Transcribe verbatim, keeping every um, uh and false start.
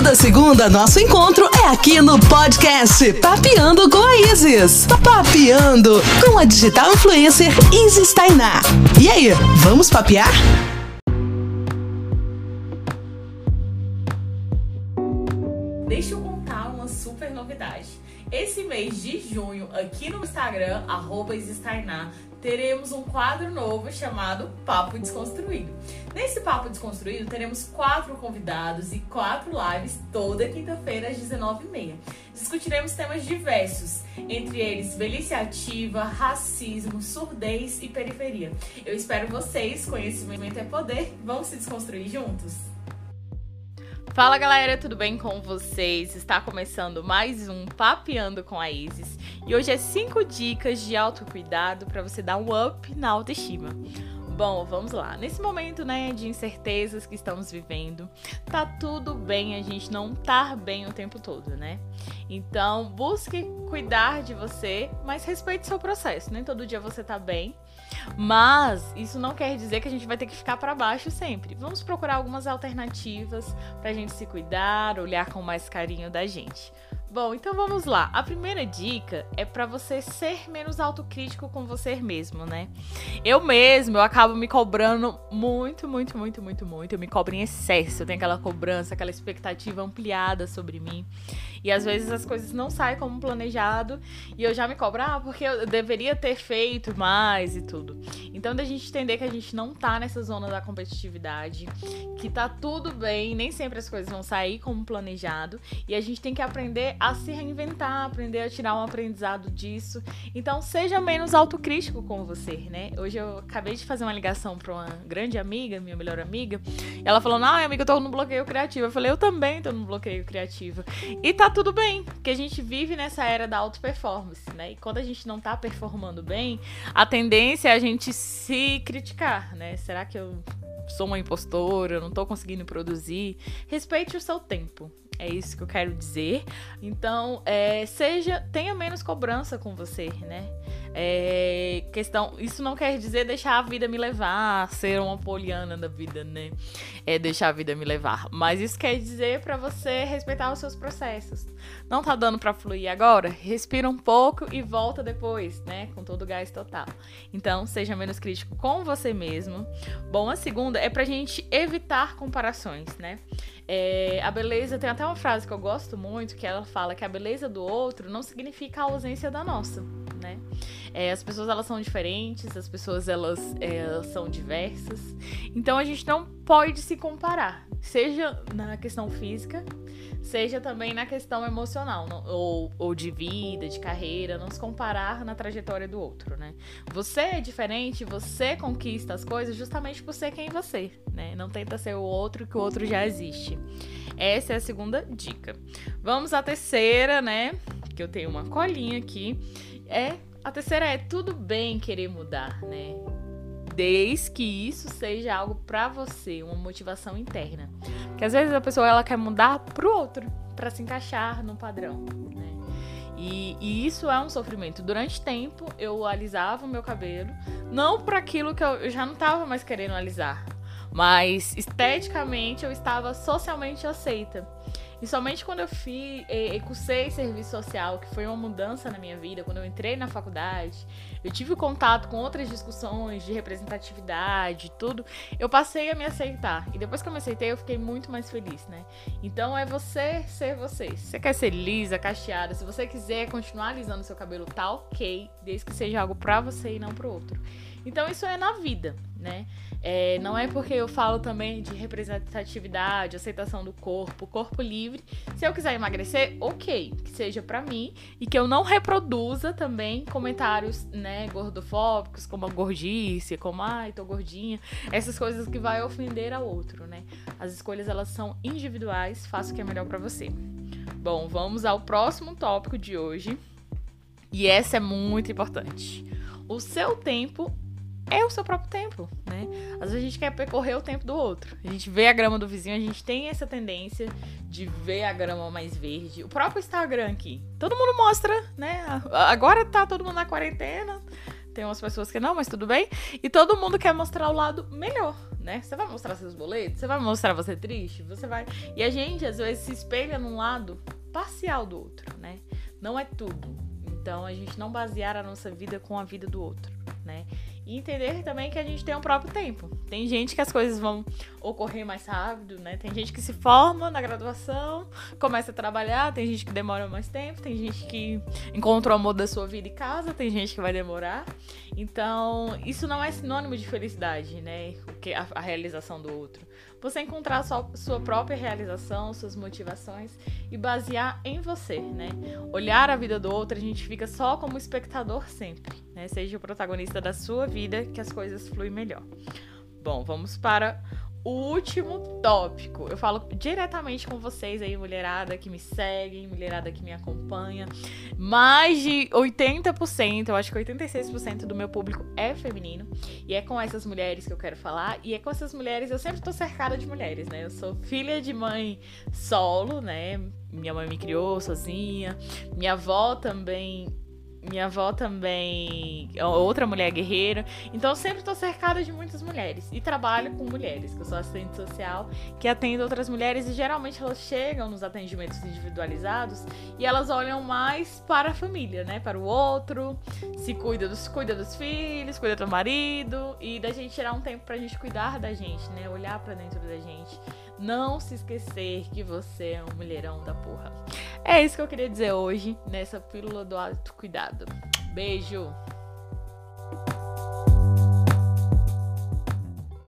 Toda segunda, nosso encontro é aqui no podcast Papeando com a Isis. Papeando com a digital influencer Isis Tainá. E aí, vamos papear? Deixa eu contar uma super novidade. Esse mês de junho, aqui no Instagram, arroba Isis Tainá, teremos um quadro novo chamado Papo Desconstruído. Nesse Papo Desconstruído, teremos quatro convidados e quatro lives toda quinta-feira às dezenove e meia. Discutiremos temas diversos, entre eles velhice ativa, racismo, surdez e periferia. Eu espero vocês, conhecimento é poder, vamos se desconstruir juntos? Fala galera, tudo bem com vocês? Está começando mais um Papeando com a Isis e hoje é cinco dicas de autocuidado para você dar um up na autoestima. Bom, vamos lá. Nesse momento, né, de incertezas que estamos vivendo, tá tudo bem a gente não tá bem o tempo todo, né? Então, busque cuidar de você, mas respeite seu processo. Nem todo dia você tá bem, mas isso não quer dizer que a gente vai ter que ficar para baixo sempre. Vamos procurar algumas alternativas pra gente se cuidar, olhar com mais carinho da gente. Bom, então vamos lá. A primeira dica é para você ser menos autocrítico com você mesmo, né? Eu mesmo, eu acabo me cobrando muito, muito, muito, muito, muito. Eu me cobro em excesso. Eu tenho aquela cobrança, aquela expectativa ampliada sobre mim. E às vezes as coisas não saem como planejado e eu já me cobro, ah, porque eu deveria ter feito mais e tudo. Então, da gente entender que a gente não tá nessa zona da competitividade, que tá tudo bem, nem sempre as coisas vão sair como planejado e a gente tem que aprender a se reinventar, aprender a tirar um aprendizado disso. Então, seja menos autocrítico com você, né? Hoje eu acabei de fazer uma ligação pra uma grande amiga, minha melhor amiga, e ela falou, não, amiga, eu tô no bloqueio criativo. Eu falei, eu também tô no bloqueio criativo. E tá tudo bem, porque a gente vive nessa era da auto-performance, né? E quando a gente não tá performando bem, a tendência é a gente se criticar, né? Será que eu sou uma impostora, eu não tô conseguindo produzir? Respeite o seu tempo. É isso que eu quero dizer. Então, é, seja, tenha menos cobrança com você, né? É, questão, isso não quer dizer deixar a vida me levar, ser uma poliana da vida, né? É deixar a vida me levar. Mas isso quer dizer pra você respeitar os seus processos. Não tá dando pra fluir agora? Respira um pouco e volta depois, né? Com todo o gás total. Então, seja menos crítico com você mesmo. Bom, a segunda é pra gente evitar comparações, né? É, a beleza, tem até uma frase que eu gosto muito, que ela fala que a beleza do outro não significa a ausência da nossa, né? É, as pessoas, elas são diferentes, as pessoas, elas, elas são diversas, então a gente não pode se comparar, seja na questão física, seja também na questão emocional, não, ou, ou de vida, de carreira, não se comparar na trajetória do outro, né? Você é diferente, você conquista as coisas justamente por ser quem você, né? Não tenta ser o outro que o outro já existe. Essa é a segunda dica. Vamos à terceira, né? Que eu tenho uma colinha aqui. É, a terceira é tudo bem querer mudar, né? Desde que isso seja algo pra você, uma motivação interna. Porque às vezes a pessoa, ela quer mudar pro outro, pra se encaixar no padrão, né? E, e isso é um sofrimento. Durante tempo, eu alisava o meu cabelo, não por aquilo que eu, eu já não tava mais querendo alisar, mas esteticamente eu estava socialmente aceita. E somente quando eu fiz, eh, cursei serviço social, que foi uma mudança na minha vida, quando eu entrei na faculdade, eu tive contato com outras discussões de representatividade, tudo, eu passei a me aceitar. E depois que eu me aceitei, eu fiquei muito mais feliz, né? Então é você ser você. Se você quer ser lisa, cacheada, se você quiser continuar alisando seu cabelo, tá ok, desde que seja algo pra você e não pro outro. Então isso é na vida, né? É, não é porque eu falo também de representatividade, aceitação do corpo, corpo livre. Se eu quiser emagrecer, ok, que seja pra mim e que eu não reproduza também comentários, né, gordofóbicos, como a gordice, como ai, tô gordinha, essas coisas que vai ofender ao outro, né? As escolhas, elas são individuais, faça o que é melhor pra você. Bom, vamos ao próximo tópico de hoje. E essa é muito importante. O seu tempo é o seu próprio tempo, né? Às vezes a gente quer percorrer o tempo do outro. A gente vê a grama do vizinho, a gente tem essa tendência de ver a grama mais verde. O próprio Instagram aqui, todo mundo mostra, né? Agora tá todo mundo na quarentena, tem umas pessoas que não, mas tudo bem. E todo mundo quer mostrar o lado melhor, né? Você vai mostrar seus boletos? Você vai mostrar você triste? Você vai... E a gente, às vezes, se espelha num lado parcial do outro, né? Não é tudo. Então, a gente não basear a nossa vida com a vida do outro, né? E entender também que a gente tem um próprio tempo. Tem gente que as coisas vão ocorrer mais rápido, né? Tem gente que se forma na graduação, começa a trabalhar, tem gente que demora mais tempo, tem gente que encontra o amor da sua vida e casa, tem gente que vai demorar. Então, isso não é sinônimo de felicidade, né? A, a realização do outro. Você encontrar a sua, sua própria realização, suas motivações e basear em você, né? Olhar a vida do outro, a gente fica só como espectador sempre, né? Seja o protagonista da sua vida, que as coisas fluem melhor. Bom, vamos para o último tópico. Eu falo diretamente com vocês aí, mulherada que me seguem, mulherada que me acompanha. Mais de oitenta por cento, eu acho que oitenta e seis por cento do meu público é feminino. E é com essas mulheres que eu quero falar. E é com essas mulheres, eu sempre tô cercada de mulheres, né? Eu sou filha de mãe solo, né? Minha mãe me criou sozinha. Minha avó também... Minha avó também é outra mulher guerreira. Então eu sempre tô cercada de muitas mulheres. E trabalho com mulheres, que eu sou assistente social, que atendo outras mulheres. E geralmente elas chegam nos atendimentos individualizados e elas olham mais para a família, né? Para o outro. Se cuida dos, cuida dos filhos, cuida do marido. E da gente tirar um tempo pra gente cuidar da gente, né? Olhar pra dentro da gente. Não se esquecer que você é um mulherão da porra. É isso que eu queria dizer hoje, nessa pílula do autocuidado. Beijo!